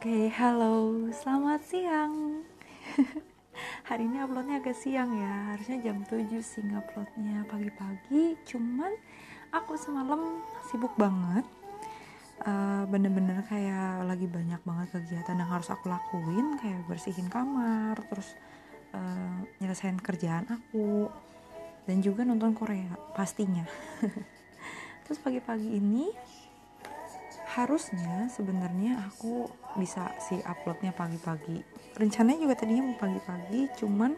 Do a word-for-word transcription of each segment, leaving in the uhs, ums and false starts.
Oke, halo, selamat siang. Hari ini uploadnya agak siang ya, harusnya jam tujuh sih uploadnya pagi-pagi. Cuman aku semalam sibuk banget, uh, bener-bener kayak lagi banyak banget kegiatan yang harus aku lakuin, kayak bersihin kamar, terus uh, nyelesain kerjaan aku, dan juga nonton Korea pastinya. Terus pagi-pagi ini harusnya sebenarnya aku bisa sih uploadnya pagi-pagi. Rencananya juga tadinya mau pagi-pagi, cuman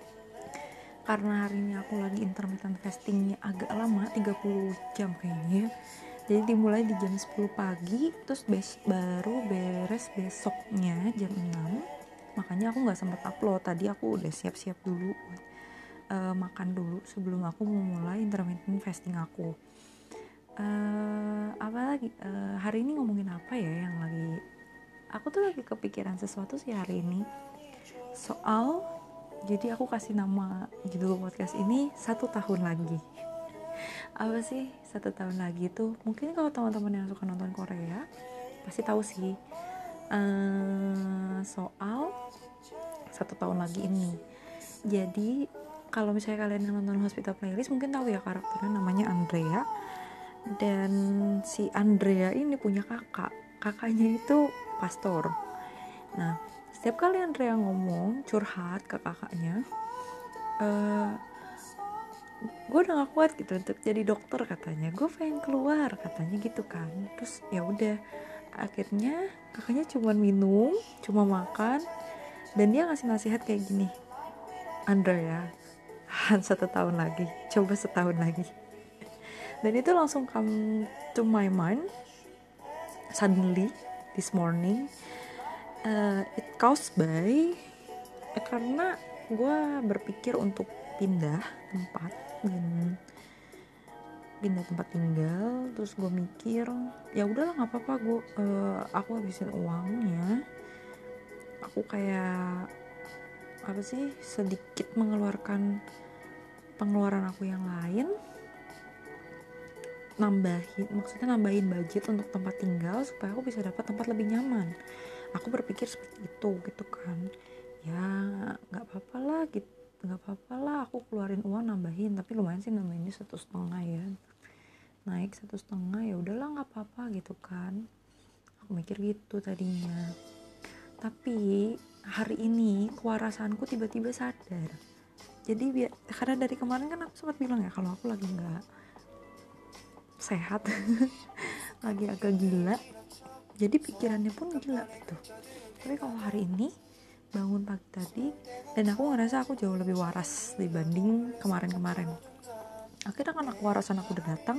karena hari ini aku lagi intermittent fastingnya agak lama, tiga puluh jam kayaknya. Jadi dimulai di jam sepuluh pagi, terus bes- baru beres besoknya jam enam. Makanya aku gak sempat upload. Tadi aku udah siap-siap dulu uh, makan dulu sebelum aku memulai intermittent fasting aku. Uh, apa lagi uh, hari ini ngomongin apa ya yang lagi aku tuh lagi kepikiran sesuatu sih hari ini soal, jadi aku kasih nama judul podcast ini satu tahun lagi. Apa sih satu tahun lagi tuh? Mungkin kalau teman-teman yang suka nonton Korea pasti tahu sih uh, soal satu tahun lagi ini. Jadi kalau misalnya kalian yang nonton Hospital Playlist mungkin tahu ya karakternya namanya Andrea. Dan si Andrea ini punya kakak, kakaknya itu pastor. Nah, setiap kali Andrea ngomong curhat ke kakaknya, uh, gue udah gak kuat gitu untuk jadi dokter katanya, gue pengen keluar katanya gitu kan. Terus ya udah, akhirnya kakaknya cuma minum, cuma makan, dan dia ngasih nasihat kayak gini, Andrea, satu tahun lagi, coba setahun lagi. Dan itu langsung come to my mind suddenly this morning. Uh, it caused by eh, karena gue berpikir untuk pindah tempat dan pindah tempat tinggal. Terus gue mikir ya udahlah nggak apa-apa, gue uh, aku habisin uangnya, aku kayak apa sih sedikit mengeluarkan pengeluaran aku yang lain, nambahin, maksudnya nambahin budget untuk tempat tinggal supaya aku bisa dapat tempat lebih nyaman. Aku berpikir seperti itu gitu kan. Ya nggak apa-apa lah gitu, nggak apa-apa lah aku keluarin uang nambahin, tapi lumayan sih nambahinnya satu setengah ya, naik satu setengah, ya udahlah nggak apa-apa gitu kan. Aku mikir gitu tadinya. Tapi hari ini kewarasanku tiba-tiba sadar. Jadi biar, karena dari kemarin kan aku sempat bilang ya kalau aku lagi nggak sehat, lagi agak gila, jadi pikirannya pun gila gitu. Tapi kalau hari ini bangun pagi tadi dan aku ngerasa aku jauh lebih waras dibanding kemarin-kemarin. Akhirnya kan aku warasan aku udah datang,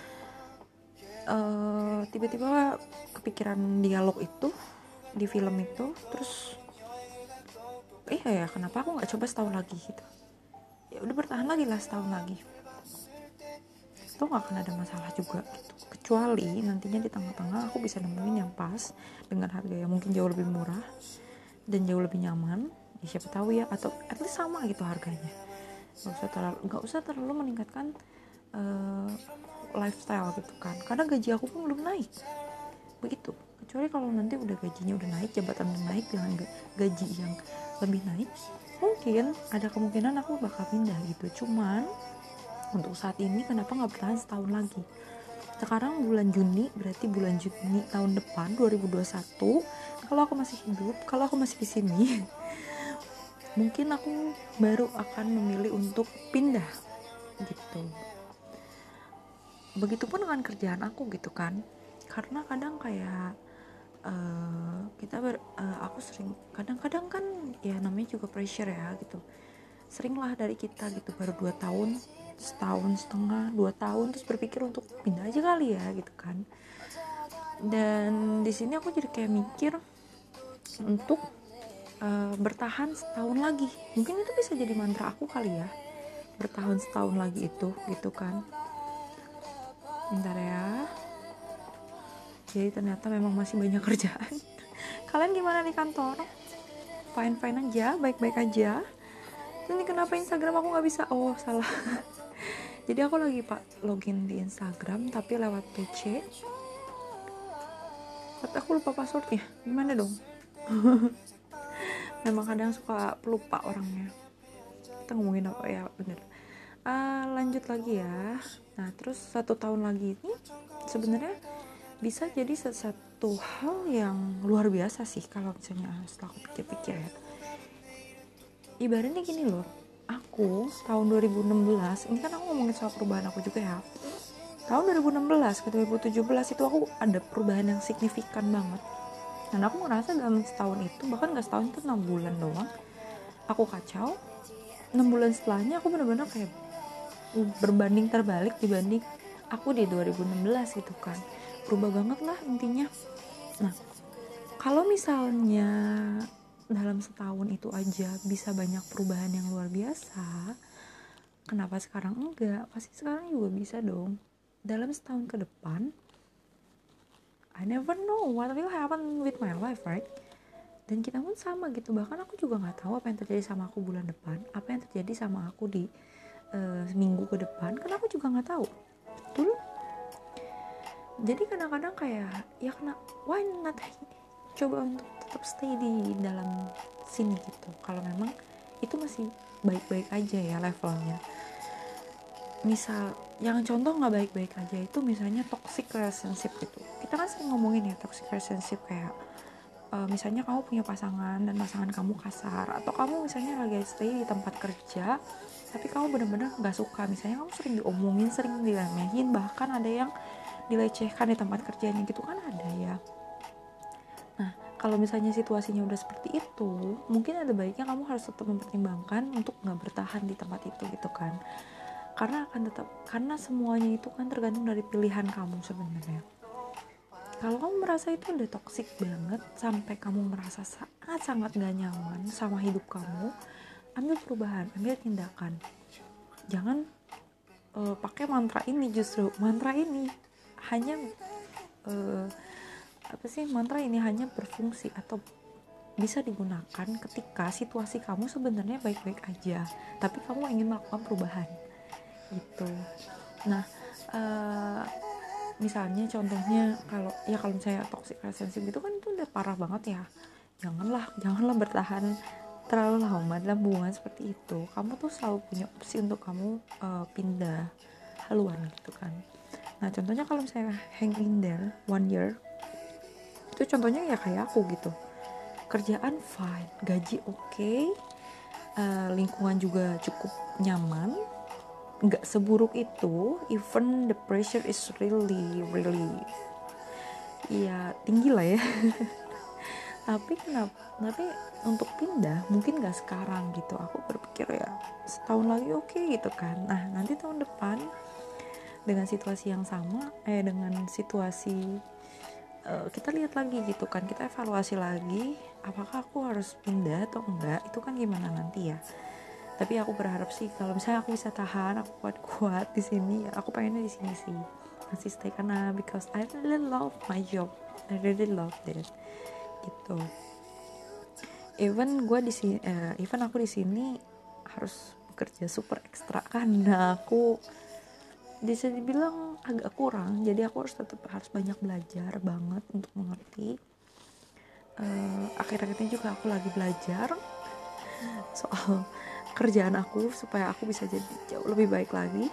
uh, tiba-tiba kepikiran dialog itu di film itu. Terus iya ya, kenapa aku nggak coba setahun lagi gitu. Ya udah bertahan lagi lah setahun lagi, itu gak akan ada masalah juga gitu, kecuali nantinya di tengah-tengah aku bisa nemuin yang pas dengan harga yang mungkin jauh lebih murah dan jauh lebih nyaman, ya siapa tahu ya, atau at least sama gitu harganya, nggak usah terlalu nggak usah terlalu meningkatkan uh, lifestyle gitu kan, karena gaji aku pun belum naik begitu. Kecuali kalau nanti udah gajinya udah naik, jabatan udah naik dengan gaji yang lebih naik, mungkin ada kemungkinan aku bakal pindah gitu. Cuman untuk saat ini kenapa nggak bertahan setahun lagi? Sekarang bulan Juni, berarti bulan Juni tahun depan dua ribu dua puluh satu, kalau aku masih hidup, kalau aku masih di sini, mungkin aku baru akan memilih untuk pindah gitu. Begitupun dengan kerjaan aku gitu kan, karena kadang kayak uh, kita ber, uh, aku sering kadang-kadang kan ya namanya juga pressure ya gitu. Seringlah dari kita gitu baru dua tahun, setahun setengah, dua tahun terus berpikir untuk pindah aja kali ya gitu kan. Dan di sini aku jadi kayak mikir untuk uh, bertahan setahun lagi. Mungkin itu bisa jadi mantra aku kali ya, bertahan setahun lagi itu gitu kan. Bentar ya. Jadi ternyata memang masih banyak kerjaan. Kalian gimana di kantor? Fine-fine aja, baik-baik aja. Ini kenapa Instagram aku nggak bisa? Oh salah. Jadi aku lagi pak login di Instagram tapi lewat P C. Tapi aku lupa passwordnya. Gimana dong? Memang kadang suka pelupa orangnya. Kita ngomongin apa ya, bener. Uh, lanjut lagi ya. Nah terus satu tahun lagi ini sebenarnya bisa jadi sesuatu hal yang luar biasa sih kalau misalnya setelah aku pikir-pikir ya. Ibaratnya gini loh, aku tahun dua ribu enam belas, ini kan aku ngomongin soal perubahan aku juga ya. Tahun dua ribu enam belas ke dua ribu tujuh belas itu aku ada perubahan yang signifikan banget. Dan aku ngerasa dalam setahun itu, bahkan gak setahun, itu enam bulan doang, aku kacau. Enam bulan setelahnya aku benar-benar kayak berbanding terbalik dibanding aku di dua ribu enam belas gitu kan. Berubah banget lah intinya. Nah, kalau misalnya dalam setahun itu aja bisa banyak perubahan yang luar biasa, kenapa sekarang enggak? Pasti sekarang juga bisa dong. Dalam setahun ke depan, I never know what will happen with my life, right? Dan kita pun sama gitu. Bahkan aku juga nggak tahu apa yang terjadi sama aku bulan depan, apa yang terjadi sama aku di uh, minggu ke depan, karena aku juga nggak tahu. Betul? Jadi kadang-kadang kayak ya kena why not coba untuk tetap stay di dalam sini gitu. Kalau memang itu masih baik-baik aja ya levelnya. Misal yang contoh nggak baik-baik aja itu misalnya toxic relationship gitu. Kita kan sering ngomongin ya toxic relationship kayak uh, misalnya kamu punya pasangan dan pasangan kamu kasar, atau kamu misalnya lagi stay di tempat kerja tapi kamu benar-benar nggak suka, misalnya kamu sering diomongin, sering diremehin, bahkan ada yang dilecehkan di tempat kerjanya gitu kan ada ya. Nah kalau misalnya situasinya udah seperti itu, mungkin ada baiknya kamu harus tetap mempertimbangkan untuk nggak bertahan di tempat itu gitu kan, karena akan tetap, karena semuanya itu kan tergantung dari pilihan kamu sebenarnya. Kalau kamu merasa itu udah toksik banget sampai kamu merasa sangat-sangat gak nyaman sama hidup kamu, ambil perubahan, ambil tindakan. Jangan uh, pakai mantra ini, justru mantra ini hanya uh, apa sih mantra ini hanya berfungsi atau bisa digunakan ketika situasi kamu sebenarnya baik-baik aja tapi kamu ingin melakukan perubahan gitu. Nah uh, misalnya contohnya kalau ya kalau misalnya toxic relationship itu kan itu udah parah banget ya, janganlah janganlah bertahan terlalu lama dalam hubungan seperti itu. Kamu tuh selalu punya opsi untuk kamu uh, pindah haluan gitu kan. Nah contohnya kalau misalnya hang in there one year, itu contohnya ya kayak aku gitu, kerjaan fine, gaji oke, okay, uh, lingkungan juga cukup nyaman, nggak seburuk itu, even the pressure is really really ya tinggi lah ya. tapi kenapa tapi untuk pindah mungkin nggak sekarang gitu, aku berpikir ya setahun lagi oke okay, gitu kan. Nah nanti tahun depan dengan situasi yang sama eh dengan situasi uh, kita lihat lagi gitu kan, kita evaluasi lagi apakah aku harus pindah atau enggak, itu kan gimana nanti ya. Tapi aku berharap sih kalau misalnya aku bisa tahan, aku kuat-kuat di sini, ya aku pengennya di sini sih masih stay karena because I really love my job, I really love it gitu. Even gue di sini, uh, even aku di sini harus bekerja super ekstra karena aku bisa dibilang agak kurang, jadi aku harus tetap harus banyak belajar banget untuk mengerti. Uh, akhir-akhir ini juga aku lagi belajar soal kerjaan aku supaya aku bisa jadi jauh lebih baik lagi.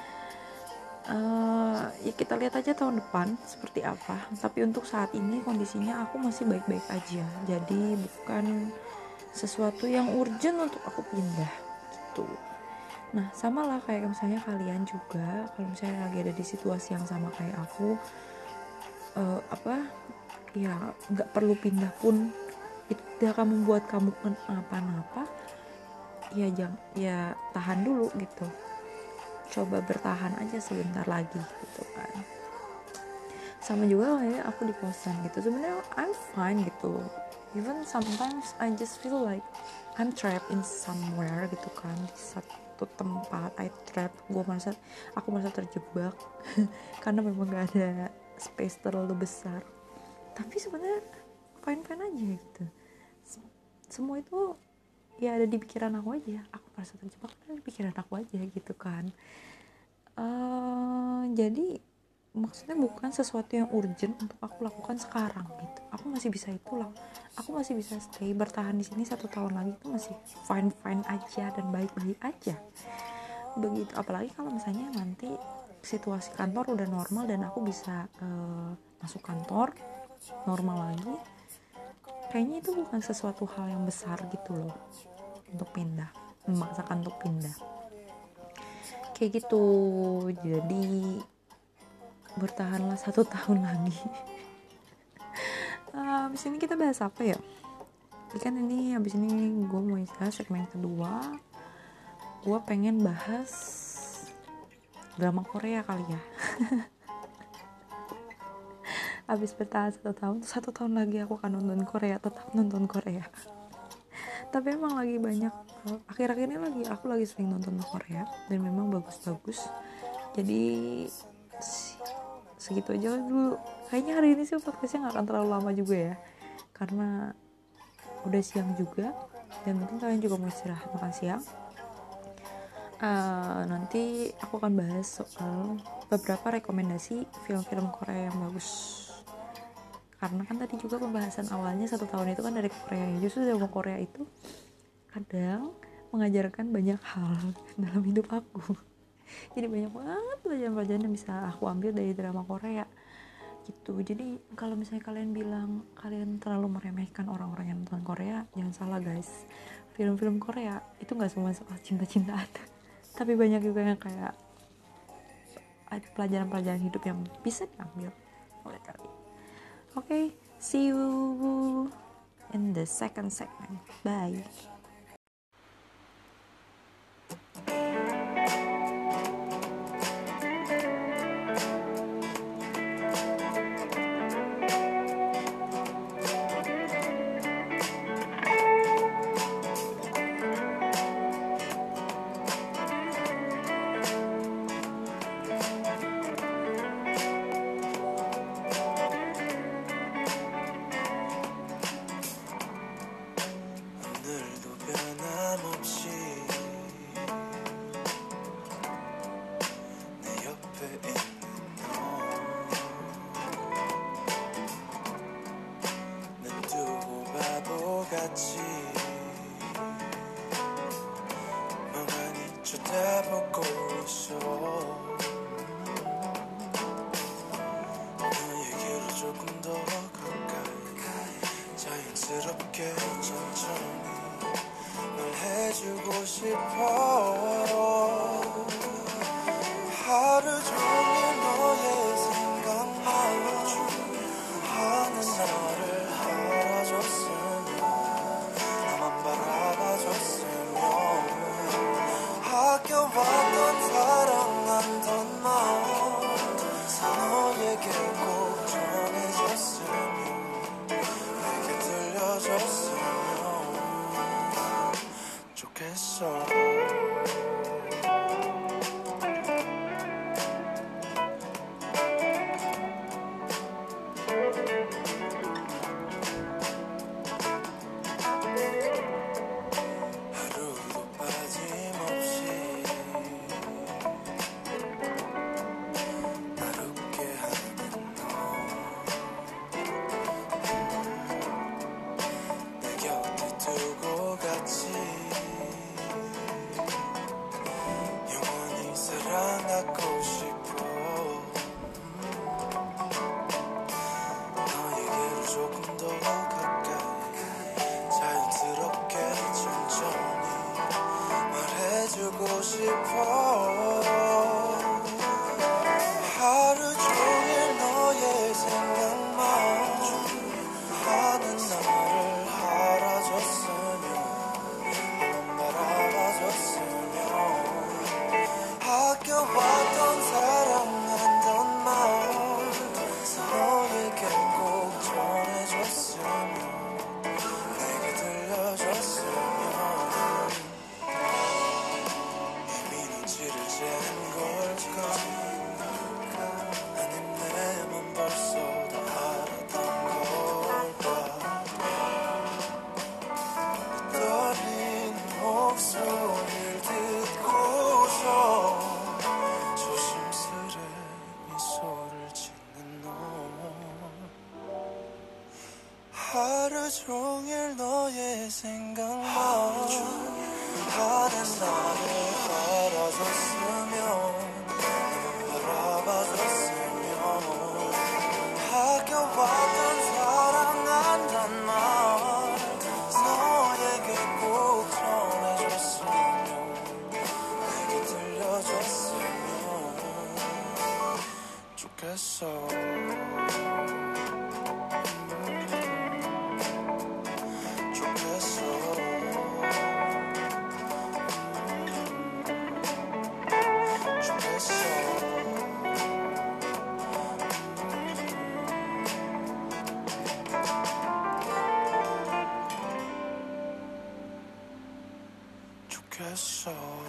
Uh, ya kita lihat aja tahun depan seperti apa. Tapi untuk saat ini kondisinya aku masih baik-baik aja. Jadi bukan sesuatu yang urgent untuk aku pindah gitu. Nah sama lah kayak misalnya kalian juga, kalau misalnya lagi ada di situasi yang sama kayak aku, uh, apa ya nggak perlu pindah pun itu tidak akan membuat kamu kenapa-napa. Ya jangan, ya tahan dulu gitu, coba bertahan aja sebentar lagi gitu kan. Sama juga kayak aku di kosan gitu, sebenarnya I'm fine gitu, even sometimes I just feel like I'm trapped in somewhere gitu kan, di satu tempat I trapped, gue merasa aku merasa terjebak karena memang gak ada space terlalu besar. Tapi sebenarnya fine fine aja gitu, semua itu ya ada di pikiran aku aja, aku merasa terjebak ada di pikiran aku aja gitu kan. Uh, jadi maksudnya bukan sesuatu yang urgent untuk aku lakukan sekarang gitu. Aku masih bisa itulah, aku masih bisa stay bertahan di sini satu tahun lagi itu masih fine fine aja dan baik baik aja begitu. Apalagi kalau misalnya nanti situasi kantor udah normal dan aku bisa uh, masuk kantor normal lagi, kayaknya itu bukan sesuatu hal yang besar gitu loh untuk pindah, memaksakan untuk pindah kayak gitu. Jadi bertahanlah satu tahun lagi. uh, Abis ini kita bahas apa ya? Jadi kan ini abis ini gue mau istirahat segmen kedua. Gue pengen bahas drama Korea kali ya. Abis bertahan satu tahun, satu tahun lagi aku akan nonton Korea, tetap nonton Korea. Tapi emang lagi banyak, akhir-akhir ini lagi aku lagi sering nonton Korea dan memang bagus-bagus. Jadi segitu aja dulu. Kayaknya hari ini sih podcastnya gak akan terlalu lama juga ya, karena udah siang juga dan mungkin kalian juga mau istirahat makan siang. Uh, nanti aku akan bahas soal beberapa rekomendasi film-film Korea yang bagus, karena kan tadi juga pembahasan awalnya satu tahun itu kan dari Korea. Justru drama Korea itu kadang mengajarkan banyak hal dalam hidup aku. Jadi banyak banget pelajaran-pelajaran yang bisa aku ambil dari drama Korea gitu. Jadi kalau misalnya kalian bilang kalian terlalu meremehkan orang-orang yang nonton Korea, jangan salah guys. Film-film Korea itu gak semua soal cinta-cintaan, tapi banyak juga yang kayak pelajaran-pelajaran hidup yang bisa diambil oleh kalian. Oke, okay, see you in the second segment. Bye. 종일 너의 생각만 가는 나를 바라줬으면 바라봐줬으면 학교 왔던 사랑한단 말 너에게 꼭 전해줬으면 내게 들려줬으면 좋겠어. 좋겠어.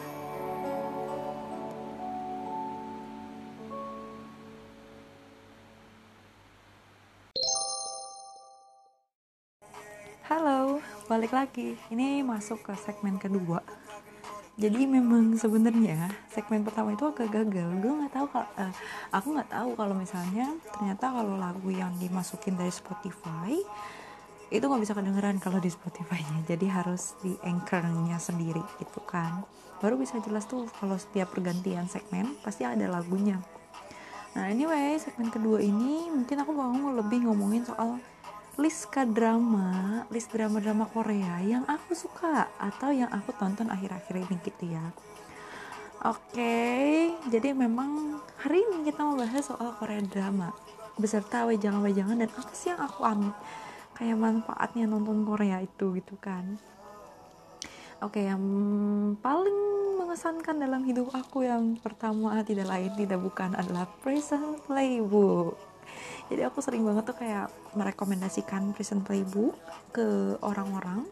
Halo, balik lagi. Ini masuk ke segmen kedua. Jadi memang sebenarnya segmen pertama itu agak gagal. Gue nggak tahu kalau uh, aku nggak tahu kalau misalnya ternyata kalau lagu yang dimasukin dari Spotify itu nggak bisa kedengeran kalau di Spotify-nya. Jadi harus di Anchor-nya sendiri gitu kan. Baru bisa jelas tuh kalau setiap pergantian segmen pasti ada lagunya. Nah anyway, segmen kedua ini mungkin aku mau lebih ngomongin soal list K-drama, list drama-drama Korea yang aku suka atau yang aku tonton akhir-akhir ini gitu ya. Oke, jadi memang hari ini kita mau bahas soal Korea drama beserta wejangan-wejangan dan apa sih yang aku ambil kayak manfaatnya nonton Korea itu gitu kan. Oke, yang paling mengesankan dalam hidup aku yang pertama tidak lain tidak bukan adalah Prison Playbook. Jadi aku sering banget tuh kayak merekomendasikan Prison Playbook ke orang-orang.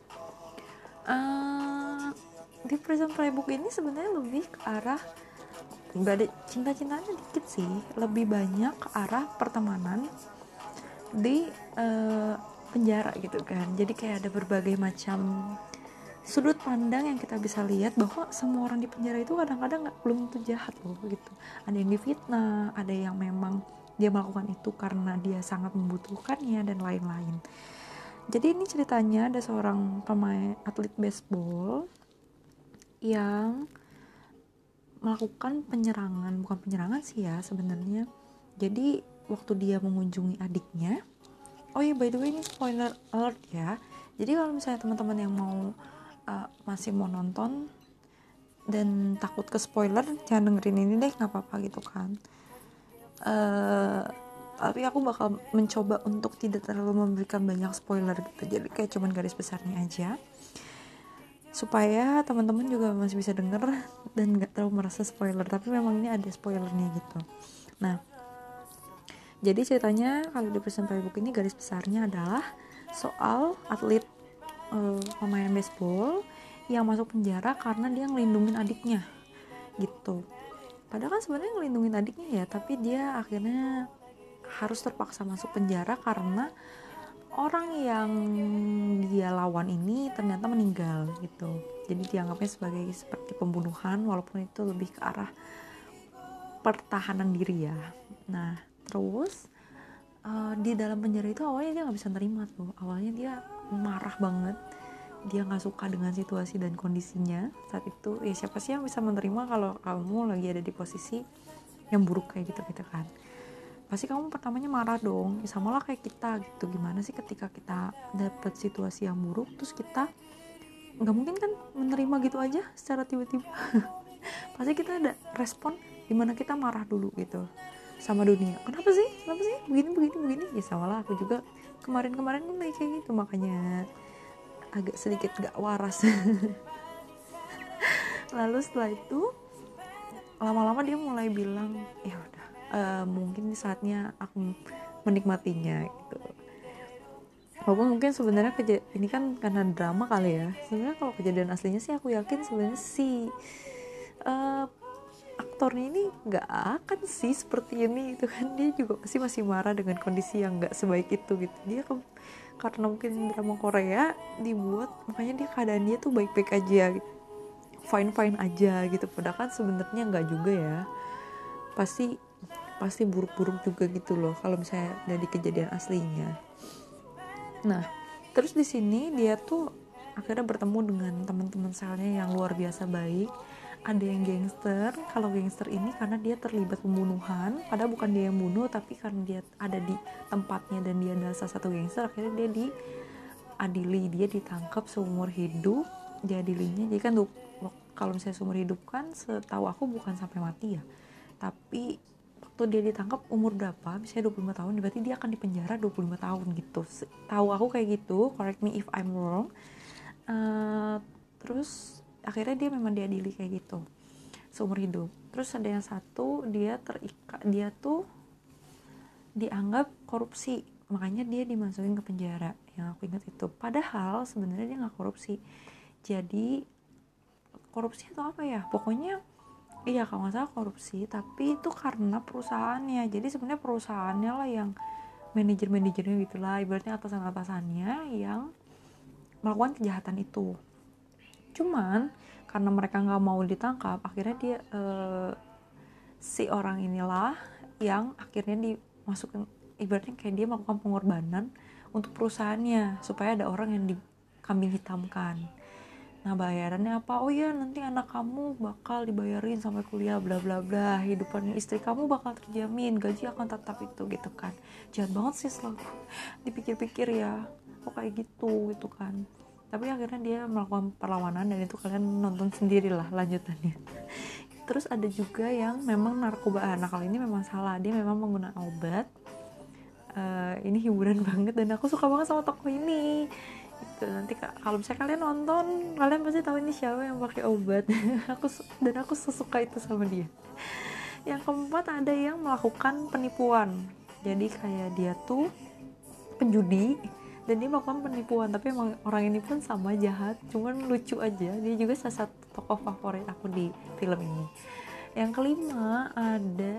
Uh, di Prison Playbook ini sebenarnya lebih ke arah nggak ada cinta-cintanya dikit sih, lebih banyak ke arah pertemanan di uh, penjara gitu kan. Jadi kayak ada berbagai macam sudut pandang yang kita bisa lihat bahwa semua orang di penjara itu kadang-kadang nggak belum tentu jahat loh gitu. Ada yang difitnah, ada yang memang dia melakukan itu karena dia sangat membutuhkannya dan lain-lain. Jadi ini ceritanya ada seorang pemain atlet baseball yang melakukan penyerangan, bukan penyerangan sih ya sebenarnya. Jadi waktu dia mengunjungi adiknya, oh ya by the way ini spoiler alert ya. Jadi kalau misalnya teman-teman yang mau uh, masih mau nonton dan takut ke spoiler, jangan dengerin ini deh, nggak apa-apa gitu kan. Uh, tapi aku bakal mencoba untuk tidak terlalu memberikan banyak spoiler gitu, jadi kayak cuman garis besarnya aja supaya teman-teman juga masih bisa denger dan nggak terlalu merasa spoiler, tapi memang ini ada spoilernya gitu. Nah jadi ceritanya kalau di Prison Playbook ini garis besarnya adalah soal atlet uh, pemain baseball yang masuk penjara karena dia ngelindungin adiknya gitu. Padahal kan sebenarnya ngelindungin adiknya ya, tapi dia akhirnya harus terpaksa masuk penjara karena orang yang dia lawan ini ternyata meninggal gitu. Jadi dianggapnya sebagai seperti pembunuhan walaupun itu lebih ke arah pertahanan diri ya. Nah terus uh, di dalam penjara itu awalnya dia nggak bisa nerima tuh. Awalnya dia marah banget. Dia nggak suka dengan situasi dan kondisinya saat itu. Ya siapa sih yang bisa menerima kalau kamu lagi ada di posisi yang buruk kayak gitu gitu kan. Pasti kamu pertamanya marah dong. Ya sama lah kayak kita gitu. Gimana sih ketika kita dapet situasi yang buruk terus kita nggak mungkin kan menerima gitu aja secara tiba-tiba. Pasti kita ada respon dimana kita marah dulu gitu sama dunia. Kenapa sih? Kenapa sih? Begini begini begini. Ya sama lah aku juga kemarin-kemarin kan kayak gitu, makanya agak sedikit gak waras. Lalu setelah itu lama-lama dia mulai bilang ya udah uh, mungkin saatnya aku menikmatinya gitu. Walaupun mungkin sebenarnya keja- ini kan karena drama kali ya. Sebenarnya kalau kejadian aslinya sih aku yakin sebenarnya si uh, aktornya ini nggak akan sih seperti ini itu kan. Dia juga pasti masih marah dengan kondisi yang nggak sebaik itu gitu. Dia ke- karena mungkin drama Korea dibuat makanya dia keadaan dia tuh baik-baik aja gitu, fine-fine aja gitu, padahal kan sebenarnya nggak juga ya, pasti pasti buruk-buruk juga gitu loh kalau misalnya dari kejadian aslinya. Nah Terus di sini dia tuh akhirnya bertemu dengan teman-teman selnya yang luar biasa baik. Ada yang gangster. Kalau gangster ini karena dia terlibat pembunuhan, padahal bukan dia yang bunuh, tapi karena dia ada di tempatnya dan dia adalah salah satu gangster, akhirnya dia diadili, dia ditangkap seumur hidup. Diadilinya, jadi kan kalau misalnya seumur hidup kan setahu aku bukan sampai mati ya, tapi waktu dia ditangkap umur berapa, misalnya dua puluh lima tahun, berarti dia akan dipenjara dua puluh lima tahun gitu. Tahu aku kayak gitu, correct me if I'm wrong. Uh, terus akhirnya dia memang diadili kayak gitu seumur hidup. Terus ada yang satu dia terikat, dia tuh dianggap korupsi, makanya dia dimasukin ke penjara. Yang aku ingat itu, padahal sebenarnya dia nggak korupsi. Jadi korupsi atau apa ya, pokoknya iya kalau nggak salah korupsi, tapi itu karena perusahaannya. Jadi sebenarnya perusahaannya lah yang manajer-manajernya gitulah, ibaratnya atasan-atasannya yang melakukan kejahatan itu. Cuman karena mereka nggak mau ditangkap, akhirnya dia uh, si orang inilah yang akhirnya dimasukkan, ibaratnya kayak dia melakukan pengorbanan untuk perusahaannya supaya ada orang yang dikambing hitamkan. Nah bayarannya apa? Oh ya, nanti anak kamu bakal dibayarin sampai kuliah bla bla bla, hidupan istri kamu bakal terjamin, gaji akan tetap itu gitu kan. Jahat banget sih selalu dipikir-pikir ya, kok kayak gitu gitu kan. Tapi akhirnya dia melakukan perlawanan dan itu kalian nonton sendirilah lanjutannya. Terus ada juga yang memang narkoba. Nah kalau ini memang salah, dia memang menggunakan obat. Uh, ini hiburan banget dan aku suka banget sama tokoh ini. Gitu. Nanti kalau misalnya kalian nonton, kalian pasti tahu ini siapa yang pakai obat. aku dan aku sesuka itu sama dia. Yang keempat ada yang melakukan penipuan. Jadi kayak dia tuh penjudi dan dia melakukan penipuan, tapi emang orang ini pun sama jahat, cuman lucu aja. Dia juga salah satu tokoh favorit aku di film ini. Yang kelima ada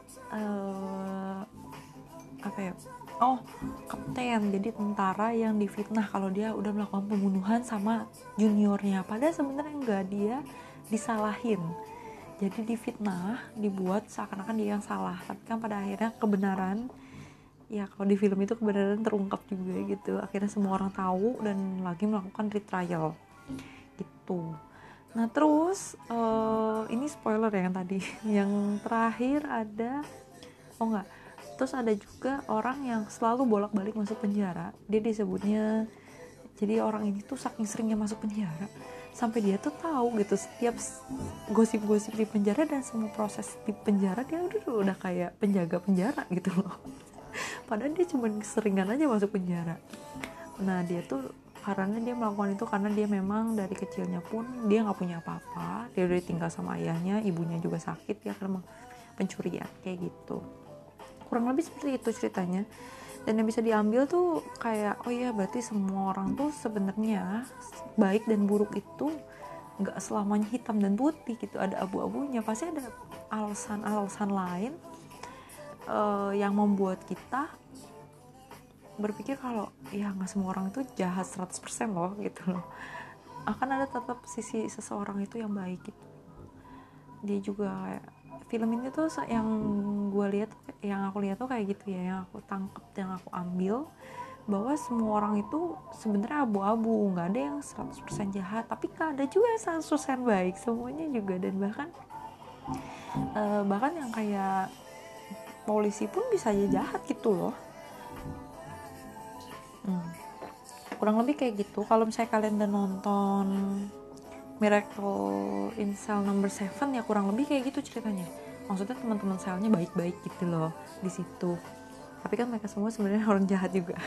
uh, apa ya? Oh, kapten. Jadi tentara yang difitnah kalau dia udah melakukan pembunuhan sama juniornya. Padahal sebenarnya enggak, dia disalahin. Jadi difitnah, dibuat seakan-akan dia yang salah. Tapi kan pada akhirnya kebenaran, ya kalau di film itu kebenaran terungkap juga gitu. Akhirnya semua orang tahu dan lagi melakukan retrial gitu. Nah terus uh, ini spoiler ya yang tadi. Yang terakhir ada, oh enggak, terus ada juga orang yang selalu bolak-balik masuk penjara. Dia disebutnya, jadi orang ini tuh saking seringnya masuk penjara sampai dia tuh tahu gitu setiap gosip-gosip di penjara dan semua proses di penjara dia udah udah kayak penjaga penjara gitu loh. Padahal dia cuma seringan aja masuk penjara. Nah dia tuh karena dia melakukan itu karena dia memang dari kecilnya pun dia nggak punya apa-apa. Dia udah tinggal sama ayahnya, ibunya juga sakit ya karena pencurian kayak gitu. Kurang lebih seperti itu ceritanya. Dan yang bisa diambil tuh kayak, oh iya berarti semua orang tuh sebenarnya baik dan buruk itu nggak selamanya hitam dan putih gitu, ada abu-abunya. Pasti ada alasan-alasan lain uh, yang membuat kita berpikir kalau ya nggak semua orang itu jahat seratus persen loh gitu loh. Akan ada tetap sisi seseorang itu yang baik gitu. Dia juga film ini tuh yang gue lihat, yang aku lihat tuh kayak gitu ya, yang aku tangkep, yang aku ambil bahwa semua orang itu sebenarnya abu-abu, nggak ada yang seratus persen jahat, tapi nggak ada juga yang seratus persen baik, semuanya juga. Dan bahkan uh, bahkan yang kayak polisi pun bisa aja jahat gitu loh. hmm. Kurang lebih kayak gitu. Kalau misalnya kalian udah nonton Miracle in Cell Number Seven ya kurang lebih kayak gitu ceritanya. Maksudnya teman-teman selnya baik-baik gitu loh di situ. Tapi kan mereka semua sebenarnya orang jahat juga.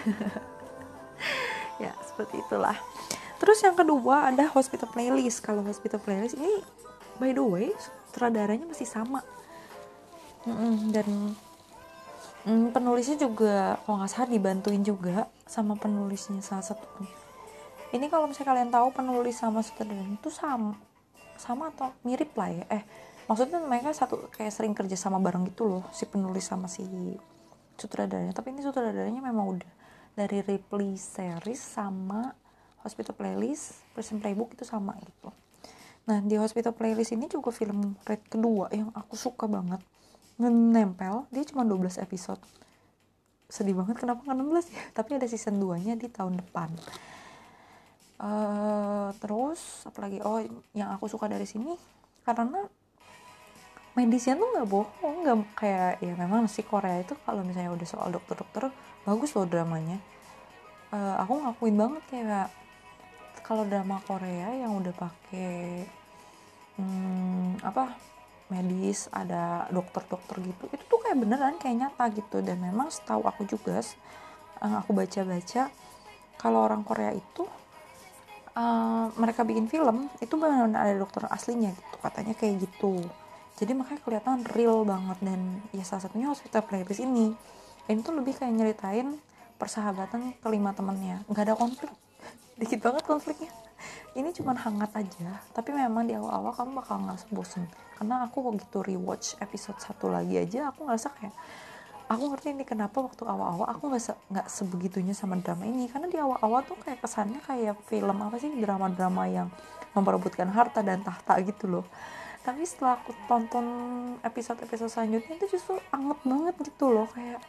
Ya seperti itulah. Terus yang kedua ada Hospital Playlist. Kalau Hospital Playlist ini by the way sutradaranya masih sama. Mm-mm, dan mm, penulisnya juga kalau nggak salah dibantuin juga sama penulisnya salah satu. Ini kalau misalnya kalian tahu penulis sama sutradara itu sama sama atau mirip lah ya. Eh, maksudnya mereka satu kayak sering kerja sama bareng gitu loh, si penulis sama si sutradaranya. Tapi ini sutradaranya memang udah dari Ripley series sama Hospital Playlist, Prison Playbook itu sama gitu. Nah, di Hospital Playlist ini juga film Red kedua yang aku suka banget. Nempel, dia cuma dua belas episode. sedih banget kenapa nggak enam belas ya, tapi ada season dua nya di tahun depan. Uh, terus apalagi, oh yang aku suka dari sini karena medisnya tuh nggak bohong, nggak kayak ya memang si Korea itu kalau misalnya udah soal dokter-dokter bagus loh dramanya. Uh, aku ngakuin banget kayak kalau drama Korea yang udah pakai hmm, apa medis, ada dokter-dokter gitu, itu tuh kayak beneran kayak nyata gitu. Dan memang setahu aku juga, uh, aku baca-baca kalau orang Korea itu uh, mereka bikin film itu benar-benar ada dokter aslinya gitu, katanya kayak gitu. Jadi makanya kelihatan real banget. Dan ya salah satunya Hospital Playlist ini ini tuh lebih kayak nyeritain persahabatan kelima temennya, nggak ada konflik, dikit banget konfliknya. Ini cuma hangat aja, tapi memang di awal-awal kamu bakal ngerasa bosen. Karena aku begitu rewatch episode satu lagi aja, aku ngerasa kayak aku ngerti ini kenapa waktu awal-awal aku nggak se- nggak sebegitunya sama drama ini. Karena di awal-awal tuh kayak kesannya kayak film apa sih, drama-drama yang memperebutkan harta dan tahta gitu loh. Tapi setelah aku tonton episode-episode selanjutnya itu justru anget banget gitu loh, kayak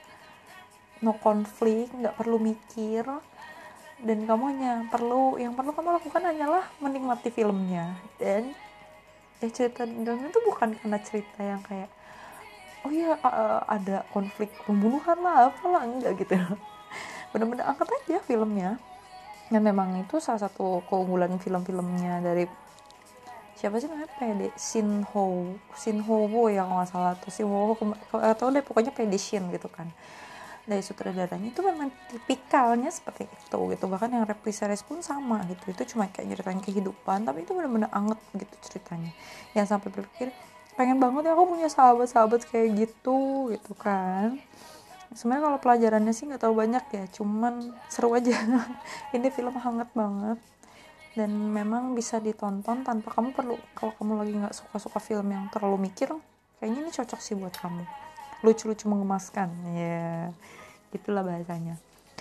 no konflik, nggak perlu mikir, dan kamu hanya perlu yang perlu kamu lakukan hanyalah menikmati filmnya. Dan ya cerita dalamnya itu bukan karena cerita yang kayak oh ya uh, ada konflik pembunuhan lah apalah, enggak gitu. Bener-bener angkat aja filmnya. Dan memang itu salah satu keunggulan film-filmnya dari siapa sih namanya, Pede Shin Ho Shin Ho Wo ya kalau nggak salah, atau Shin Ho atau deh pokoknya Pede Shin gitu kan, dari sutradaranya itu memang tipikalnya seperti itu gitu. Bahkan yang Reply series pun sama gitu, itu cuma kayak nyeritain kehidupan tapi itu benar-benar anget gitu ceritanya, yang sampai berpikir pengen banget ya aku punya sahabat-sahabat kayak gitu gitu kan. Sebenarnya kalau pelajarannya sih nggak terlalu banyak ya, cuman seru aja. Ini film hangat banget dan memang bisa ditonton tanpa kamu perlu, kalau kamu lagi nggak suka-suka film yang terlalu mikir, kayaknya ini cocok sih buat kamu. Lucu-lucu mengemaskan ya, gitulah bahasanya.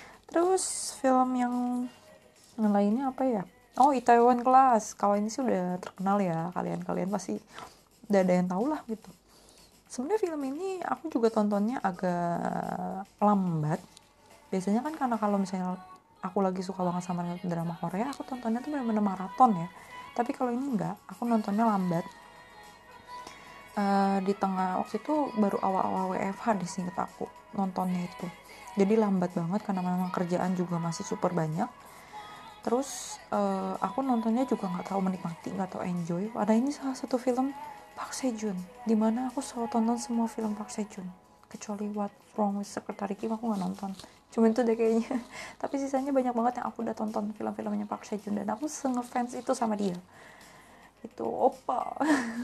Terus film yang, yang lainnya apa ya, oh Itaewon Class. Kalau ini sih udah terkenal ya, kalian-kalian pasti udah ada yang tahu lah gitu. Sebenarnya film ini aku juga tontonnya agak lambat. Biasanya kan karena kalau misalnya aku lagi suka banget sama drama Korea, aku tontonnya tuh bener-bener maraton ya. Tapi kalau ini enggak, aku nontonnya lambat. Uh, di tengah waktu itu baru awal-awal W F H deh singkat aku nontonnya itu. Jadi lambat banget karena memang kerjaan juga masih super banyak. Terus uh, aku nontonnya juga nggak tahu menikmati, nggak tahu enjoy. Ada ini salah satu film Park Sejun, dimana aku selalu tonton semua film Park Sejun kecuali What Wrong with Secretary Kim aku nggak nonton, cuma itu deh kayaknya. Tapi sisanya banyak banget yang aku udah tonton film-filmnya Park Sejun dan aku se-ngefans itu sama dia, itu opa.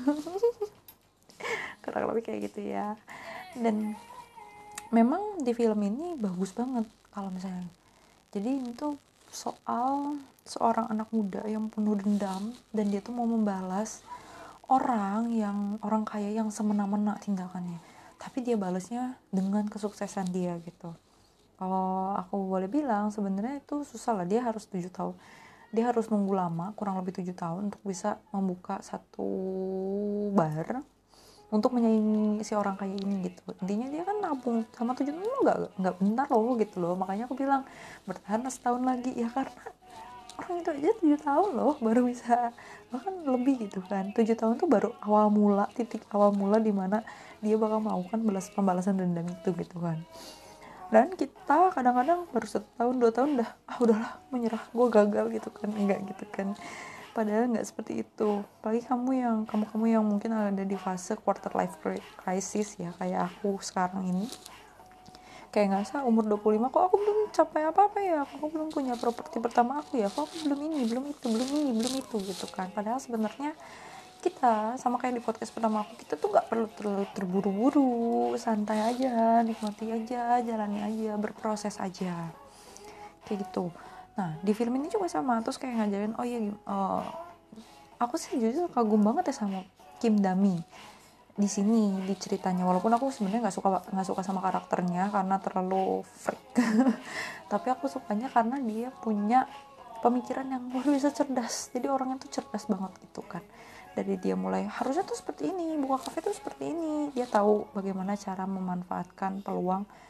Kurang lebih kayak gitu ya. Dan memang di film ini bagus banget kalau misalnya, jadi itu soal seorang anak muda yang penuh dendam dan dia tuh mau membalas orang yang orang kaya yang semena-mena tindakannya, tapi dia balasnya dengan kesuksesan dia gitu. Kalau aku boleh bilang sebenarnya itu susah lah, dia harus tujuh tahun, dia harus nunggu lama kurang lebih tujuh tahun untuk bisa membuka satu bar untuk menyaingi si orang kaya ini gitu. Intinya dia kan nabung sama tujuh tahun nggak nggak bentar loh gitu loh. Makanya aku bilang bertahan setahun lagi ya, karena orang itu aja tujuh tahun loh baru bisa, bahkan lebih gitu kan. Tujuh tahun tuh baru awal mula, titik awal mula dimana dia bakal melakukan balas pembalasan dendam itu gitu kan. Dan kita kadang-kadang baru satu tahun dua tahun udah ah udahlah menyerah, gue gagal gitu kan. Enggak gitu kan, padahal nggak seperti itu. Apalagi kamu yang kamu kamu yang mungkin ada di fase quarter life crisis ya, kayak aku sekarang ini, kayak ngerasa umur dua puluh lima kok aku belum capai apa-apa ya, aku belum punya properti pertama aku ya, kok aku belum ini, belum itu, belum ini, belum itu gitu kan. Padahal sebenarnya kita sama kayak di podcast pertama aku, kita tuh gak perlu terlalu terburu-buru, santai aja, nikmati aja, jalani aja, berproses aja kayak gitu. Nah di film ini juga sama, terus kayak ngajarin oh iya uh, aku sih jujur kagum banget ya sama Kim Dami di sini di ceritanya, walaupun aku sebenarnya nggak suka nggak suka sama karakternya karena terlalu freak. Tapi aku sukanya karena dia punya pemikiran yang luar biasa cerdas. Jadi orangnya tuh cerdas banget gitu kan. Dari dia mulai harusnya tuh seperti ini, buka kafe tuh seperti ini, dia tahu bagaimana cara memanfaatkan peluang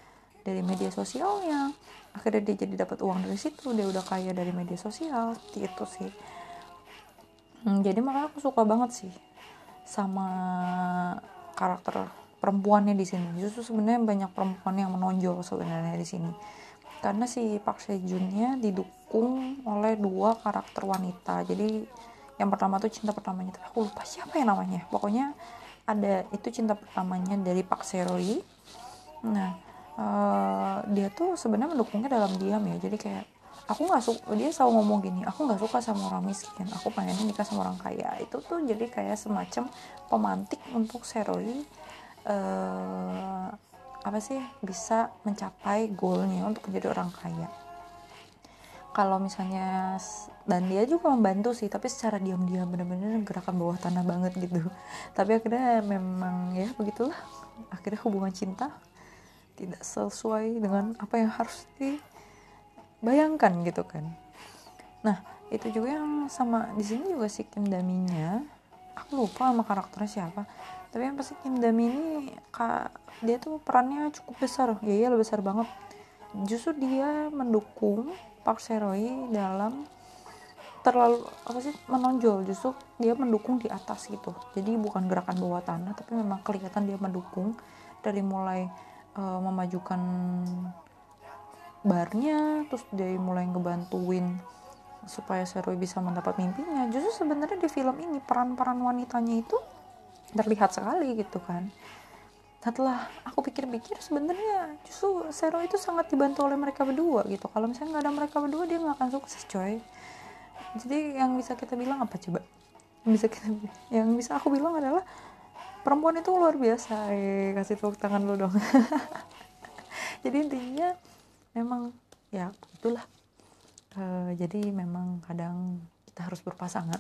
dari media sosialnya, akhirnya dia jadi dapat uang dari situ, dia udah kaya dari media sosial gitu sih. hmm, jadi makanya aku suka banget sih sama karakter perempuannya di sini. Justru sebenarnya banyak perempuan yang menonjol sebenarnya di sini, karena si Park Sejunnya didukung oleh dua karakter wanita. Jadi yang pertama tuh cinta pertamanya, tapi aku lupa siapa ya namanya, pokoknya ada itu cinta pertamanya dari Park Seroy. Nah uh, dia tuh sebenarnya mendukungnya dalam diam ya, jadi kayak aku nggak suka, dia selalu ngomong gini, aku nggak suka sama orang miskin, aku pengen nikah sama orang kaya. Itu tuh jadi kayak semacam pemantik untuk Seroy uh, apa sih, bisa mencapai goalnya untuk menjadi orang kaya. Kalau misalnya, dan dia juga membantu sih, tapi secara diam-diam, bener-bener gerakan bawah tanah banget gitu. Tapi akhirnya memang ya begitulah, akhirnya hubungan cinta tidak sesuai dengan apa yang harus dibayangkan gitu kan. Nah itu juga yang sama di sini juga si Kim Daminya, aku lupa sama karakternya siapa, tapi yang pasti Kim Dami ini kak, dia tuh perannya cukup besar ya, iya besar banget. Justru dia mendukung Park Seroy dalam terlalu apa sih menonjol, justru dia mendukung di atas gitu. Jadi bukan gerakan bawah tanah, tapi memang kelihatan dia mendukung dari mulai uh, memajukan barnya, terus dia mulai ngebantuin supaya Seroy bisa mendapat mimpinya. Justru sebenarnya di film ini peran-peran wanitanya itu terlihat sekali gitu kan. Setelah aku pikir-pikir, sebenarnya justru Seroy itu sangat dibantu oleh mereka berdua gitu. Kalau misalnya nggak ada mereka berdua, dia nggak akan sukses coy. Jadi yang bisa kita bilang apa coba? Yang bisa kita, yang bisa aku bilang adalah perempuan itu luar biasa. Eh, kasih tepuk tangan lu dong. Jadi intinya memang ya itulah. Uh, jadi memang kadang kita harus berpasangan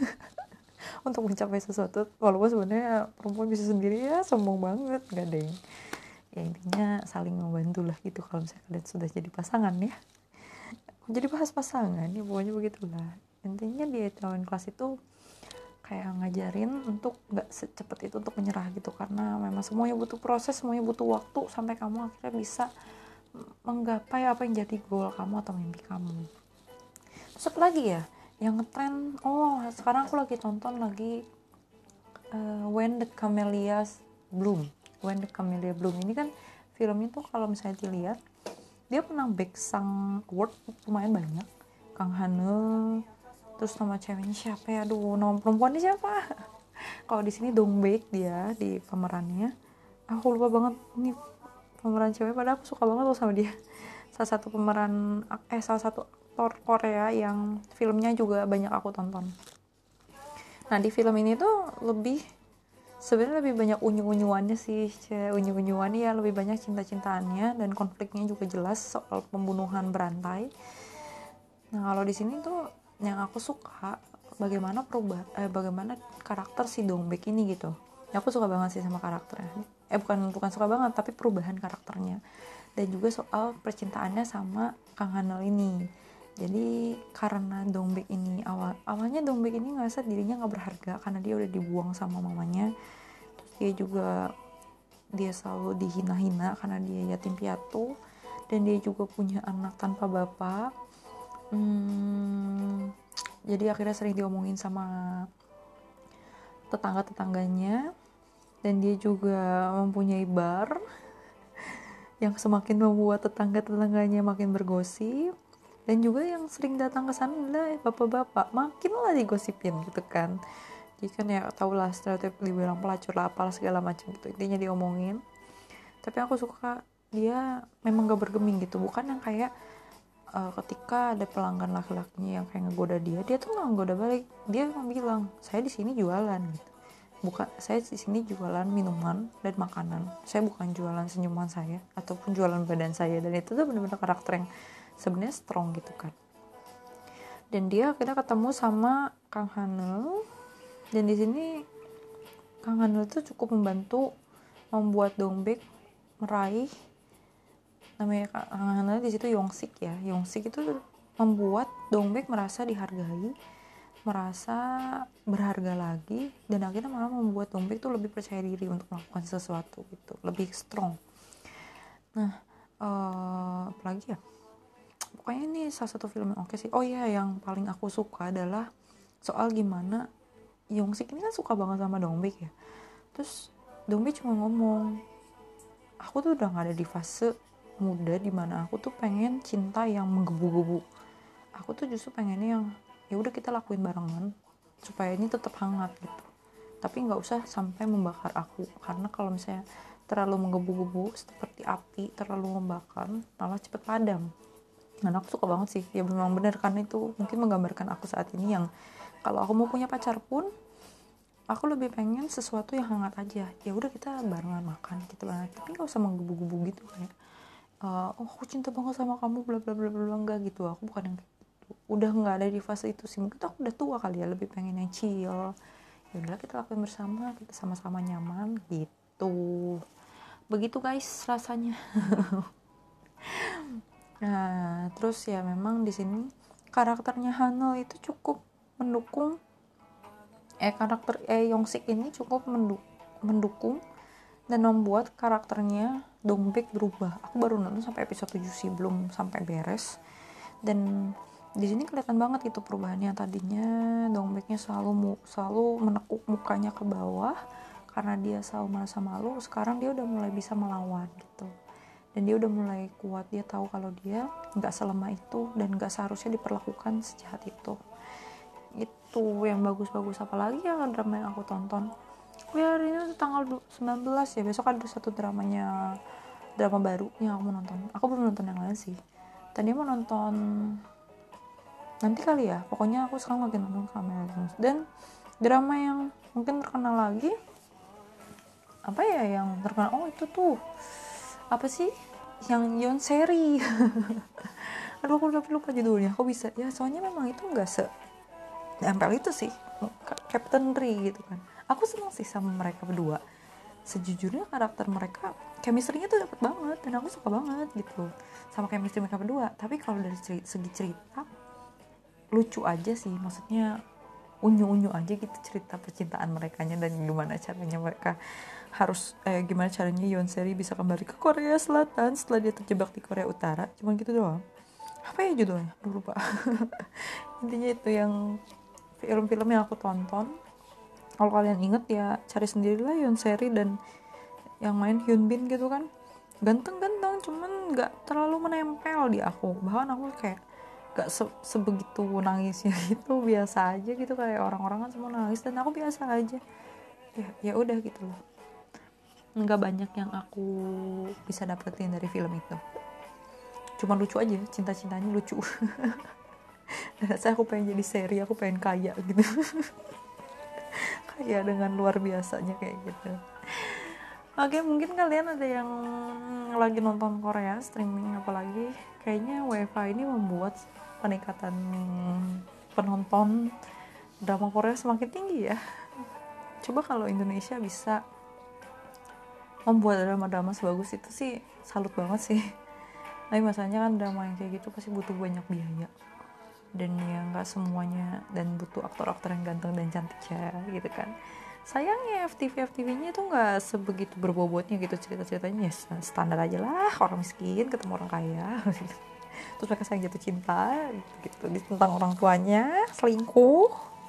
untuk mencapai sesuatu, walaupun sebenarnya perempuan bisa sendiri ya sombong banget, gak deng. Ya intinya saling membantu lah gitu. Kalau misalnya kalian sudah jadi pasangan ya, jadi bahas pasangan ya, pokoknya begitulah. Intinya di Itaewon Class itu kayak ngajarin untuk gak secepat itu untuk menyerah gitu, karena memang semuanya butuh proses, semuanya butuh waktu sampai kamu akhirnya bisa menggapai apa yang jadi goal kamu atau mimpi kamu. Terus apa lagi ya yang ngetrend? Oh sekarang aku lagi tonton lagi uh, When the Camellias Bloom. When the Camellia Bloom ini kan filmnya tuh kalau misalnya dilihat, dia pernah Baeksang Award lumayan banyak. Kang Hane, terus nama ceweknya siapa ya, aduh nama perempuannya siapa. Kalau di sini Dongbaek dia di pemerannya, aku lupa banget ini pemeran cewek, padahal aku suka banget loh sama dia. Salah satu pemeran eh salah satu aktor Korea yang filmnya juga banyak aku tonton. Nah di film ini tuh lebih sebenarnya lebih banyak unyu-unyuannya sih, unyu-unyuannya ya, lebih banyak cinta-cintaannya, dan konfliknya juga jelas soal pembunuhan berantai. Nah kalau di sini tuh yang aku suka bagaimana perubah eh, bagaimana karakter si Dongbaek ini gitu. Ya, aku suka banget sih sama karakternya. Eh bukan bukan suka banget, tapi perubahan karakternya. Dan juga soal percintaannya sama Kang Hanel ini. Jadi karena Dongbaek ini awal awalnya Dongbaek ini ngerasa dirinya nggak berharga karena dia udah dibuang sama mamanya. Terus dia juga dia selalu dihina-hina karena dia yatim piatu, dan dia juga punya anak tanpa bapak. Hmm, jadi akhirnya sering diomongin sama tetangga-tetangganya, dan dia juga mempunyai bar yang semakin membuat tetangga-tetangganya makin bergosip, dan juga yang sering datang ke sana adalah bapak-bapak, makin lah digosipin gitu kan. Jadi kan ya tau lah stereotip dibilang pelacur lah apalah segala macam gitu, intinya diomongin. Tapi aku suka dia memang gak bergeming gitu, bukan yang kayak uh, ketika ada pelanggan laki-lakinya yang kayak ngegoda dia, dia tuh nggak ngegoda balik, dia cuma bilang saya di sini jualan gitu. Bukan, saya di sini jualan minuman dan makanan, saya bukan jualan senyuman saya ataupun jualan badan saya. Dan itu tuh benar-benar karakter yang sebenarnya strong gitu kan. Dan dia akhirnya ketemu sama Kang Hanel, dan di sini Kang Hanel tuh cukup membantu membuat Dongbaek meraih, namanya Kang Hanel di situ Yongsik ya. Yongsik itu membuat Dongbaek merasa dihargai, merasa berharga lagi, dan akhirnya malah membuat Dongbaek tuh lebih percaya diri untuk melakukan sesuatu gitu, lebih strong. Nah uh, apalagi ya, pokoknya ini salah satu film yang oke sih. Oh iya, yang paling aku suka adalah soal gimana Yongsik ini kan suka banget sama Dongbek ya. Terus Dongbek cuma ngomong, aku tuh udah gak ada di fase muda dimana aku tuh pengen cinta yang menggebu-gebu. Aku tuh justru pengennya yang ya udah kita lakuin barengan supaya ini tetap hangat gitu, tapi nggak usah sampai membakar aku, karena kalau misalnya terlalu menggebu-gebu seperti api, terlalu membakar malah cepet padam. Dan aku suka banget sih, ya memang benar, karena itu mungkin menggambarkan aku saat ini yang kalau aku mau punya pacar pun aku lebih pengen sesuatu yang hangat aja. Ya udah kita barengan makan gitu banget, tapi nggak usah menggebu-gebu gitu kayak uh, oh aku cinta banget sama kamu bla bla bla bla, enggak gitu. Aku bukan yang gitu, udah nggak ada di fase itu sih. Mungkin aku udah tua kali ya, lebih pengen yang chill. Ya udah kita lakuin bersama, kita sama-sama nyaman gitu. Begitu guys rasanya. Nah terus ya memang di sini karakternya Hanul itu cukup mendukung eh karakter eh Yongsik ini cukup mendu- mendukung dan membuat karakternya Dongbek berubah. Aku baru nonton sampai episode tujuh sih, belum sampai beres. Dan di sini kelihatan banget itu perubahannya. Tadinya Dongbeknya selalu mu- selalu menekuk mukanya ke bawah karena dia selalu merasa malu. Sekarang dia udah mulai bisa melawan gitu, dan dia udah mulai kuat. Dia tahu kalau dia nggak selemah itu dan nggak seharusnya diperlakukan sejahat itu. Itu yang bagus-bagus. Apalagi ya drama yang aku tonton. Oh ya, hari ini tanggal sembilan belas ya, besok ada satu dramanya, drama baru yang aku mau nonton. Aku belum nonton yang lain sih, tadi mau nonton nanti kali ya. Pokoknya aku sekarang lagi nonton Camellia. Dan drama yang mungkin terkenal lagi apa ya, yang terkenal, oh itu tuh apa sih, yang Yon Seri. Aduh aku lupa, lupa judulnya. Aku bisa ya, soalnya memang itu nggak se nempel itu sih Captain Ri gitu kan. Aku senang sih sama mereka berdua. Sejujurnya karakter mereka, chemistry-nya tuh dapet banget, dan aku suka banget gitu sama chemistry mereka berdua. Tapi kalau dari cerita, segi cerita lucu aja sih, maksudnya unyu-unyu aja gitu cerita percintaan merekanya, dan gimana caranya mereka harus eh, gimana caranya Yoon Seri bisa kembali ke Korea Selatan setelah dia terjebak di Korea Utara. Cuman gitu doang. Apa ya judulnya? Duh, lupa. Intinya itu yang film-film yang aku tonton. Kalau kalian inget ya cari sendirilah Yoon Seri, dan yang main Hyun Bin gitu kan, ganteng-ganteng cuman nggak terlalu menempel di aku. Bahkan aku kayak gak se- sebegitu nangisnya gitu, biasa aja gitu, kayak orang-orang kan semua nangis dan aku biasa aja. Ya ya udah gitu loh. Nggak banyak yang aku bisa dapetin dari film itu. Cuma lucu aja, cinta-cintanya lucu. Dan saya aku pengen jadi seri, aku pengen kaya gitu. Kaya dengan luar biasanya kayak gitu. Oke, mungkin kalian ada yang lagi nonton Korea streaming apalagi, kayaknya W F H ini membuat peningkatan penonton drama Korea semakin tinggi ya. Coba kalau Indonesia bisa membuat drama-drama sebagus itu sih, salut banget sih. Tapi masalahnya kan drama yang kayak gitu pasti butuh banyak biaya, dan ya nggak semuanya, dan butuh aktor-aktor yang ganteng dan cantik ya gitu kan. Sayangnya F T V F T V-nya tuh nggak sebegitu berbobotnya gitu, cerita-ceritanya ya standar aja lah, orang miskin ketemu orang kaya. Terus mereka sayang jatuh cinta gitu, gitu. Tentang orang tuanya selingkuh.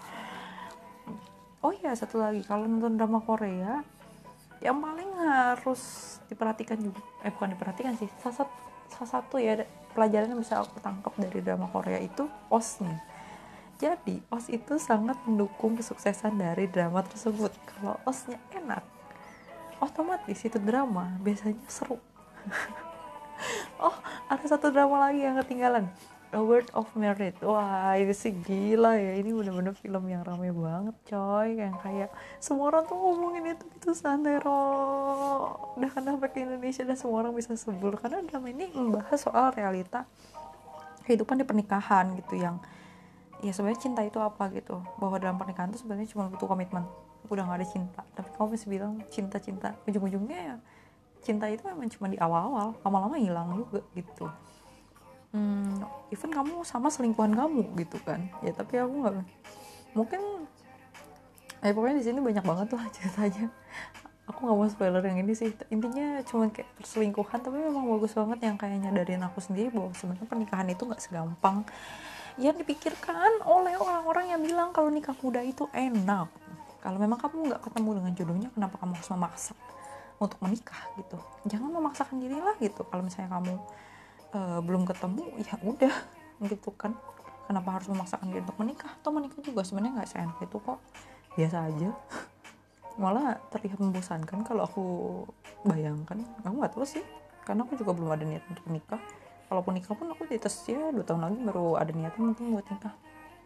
Oh iya, satu lagi, kalau nonton drama Korea yang paling harus diperhatikan juga, eh bukan diperhatikan sih, salah satu, salah satu ya pelajaran yang bisa aku tangkap dari drama Korea itu O S nya. Jadi O S itu sangat mendukung kesuksesan dari drama tersebut. Kalau O S nya enak, otomatis itu drama biasanya seru. Oh, ada satu drama lagi yang ketinggalan, A Word of Merit. Wah, ini sih gila ya. Ini bener-bener film yang rame banget coy. Yang kayak semua orang tuh ngomongin itu gitu, Sandero. Udah kan sampai ke Indonesia dan semua orang bisa sebut. Karena drama ini membahas soal realita kehidupan di pernikahan gitu, yang ya sebenarnya cinta itu apa gitu. Bahwa dalam pernikahan itu sebenarnya cuma butuh komitmen. Udah gak ada cinta. Tapi kamu masih bilang cinta-cinta. Ujung-ujungnya ya cinta itu memang cuma di awal-awal, lama-lama hilang juga gitu. Hmm, even kamu sama selingkuhan kamu gitu kan. Ya tapi aku nggak, mungkin, eh pokoknya di sini banyak banget lah ceritanya. aku nggak mau spoiler yang ini sih, intinya cuma kayak perselingkuhan, tapi memang bagus banget yang kayak nyadarin aku sendiri bahwa sebenarnya pernikahan itu nggak segampang yang dipikirkan oleh orang-orang yang bilang kalau nikah muda itu enak. Kalau memang kamu nggak ketemu dengan jodohnya, kenapa kamu harus memaksa untuk menikah gitu? Jangan memaksakan diri lah gitu. Kalau misalnya kamu uh, belum ketemu, ya udah gitu kan. Kenapa harus memaksakan diri untuk menikah? Atau menikah juga sebenarnya nggak seenak itu kok, biasa aja. Malah terlihat membosankan kalau aku bayangkan. Aku nggak tahu sih, karena aku juga belum ada niat untuk menikah. Kalaupun nikah pun aku di atas ya dua tahun lagi baru ada niatan mungkin buat nikah.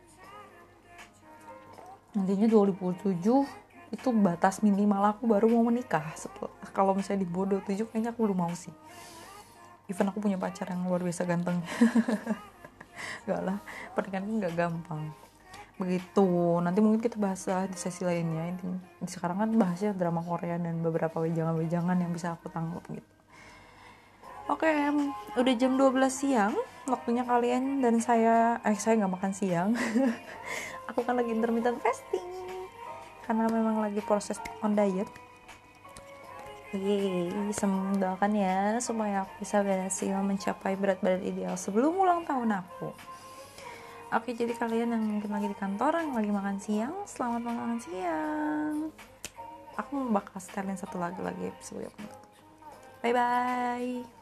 Nantinya dua ribu tujuh itu batas minimal aku baru mau menikah. Setelah, kalau misalnya di bawah dua puluh tujuh kayaknya aku belum mau sih. Even aku punya pacar yang luar biasa ganteng. Gak lah, pernikahan ini gak gampang. Begitu, nanti mungkin kita bahas di sesi lainnya. Sekarang kan bahasnya drama Korea dan beberapa wejangan-wejangan yang bisa aku tangkap gitu. Oke, udah jam dua belas siang waktunya kalian dan saya, eh saya gak makan siang. Aku kan lagi intermittent fasting karena memang lagi proses on diet. Yeay, semoga ya supaya aku bisa berhasil mencapai berat badan ideal sebelum ulang tahun aku. Oke, jadi kalian yang mungkin lagi di kantor, yang lagi makan siang, selamat makan siang. Aku bakal setelin satu lagu lagi sebelum. Bye bye.